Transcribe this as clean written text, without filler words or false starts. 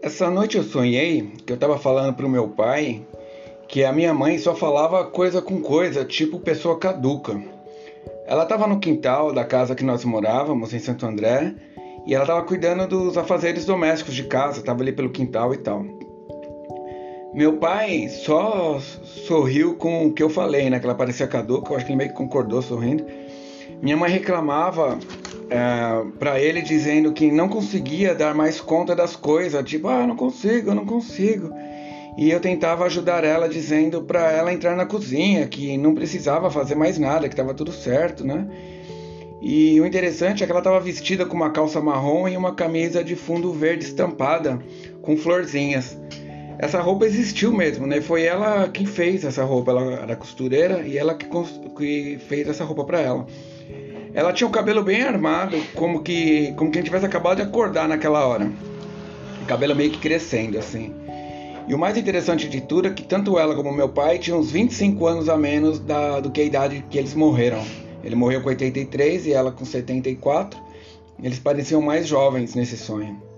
Essa noite eu sonhei que eu tava falando pro meu pai que a minha mãe só falava coisa com coisa, tipo pessoa caduca. Ela tava no quintal da casa que nós morávamos, em Santo André, e ela tava cuidando dos afazeres domésticos de casa, tava ali pelo quintal e tal. Meu pai só sorriu com o que eu falei, né? Que ela parecia caduca, eu acho que ele meio que concordou sorrindo. Minha mãe reclamava para ele dizendo que não conseguia dar mais conta das coisas, tipo, eu não consigo, eu não consigo. E eu tentava ajudar ela dizendo para ela entrar na cozinha, que não precisava fazer mais nada, que estava tudo certo, né? E o interessante é que ela estava vestida com uma calça marrom e uma camisa de fundo verde estampada com florzinhas. Essa roupa existiu mesmo, né? Foi ela quem fez essa roupa, ela era costureira e ela que fez essa roupa para ela. Ela tinha o cabelo bem armado, como quem tivesse acabado de acordar naquela hora. O cabelo meio que crescendo, assim. E o mais interessante de tudo é que tanto ela como meu pai tinham uns 25 anos a menos do que a idade que eles morreram. Ele morreu com 83 e ela com 74. Eles pareciam mais jovens nesse sonho.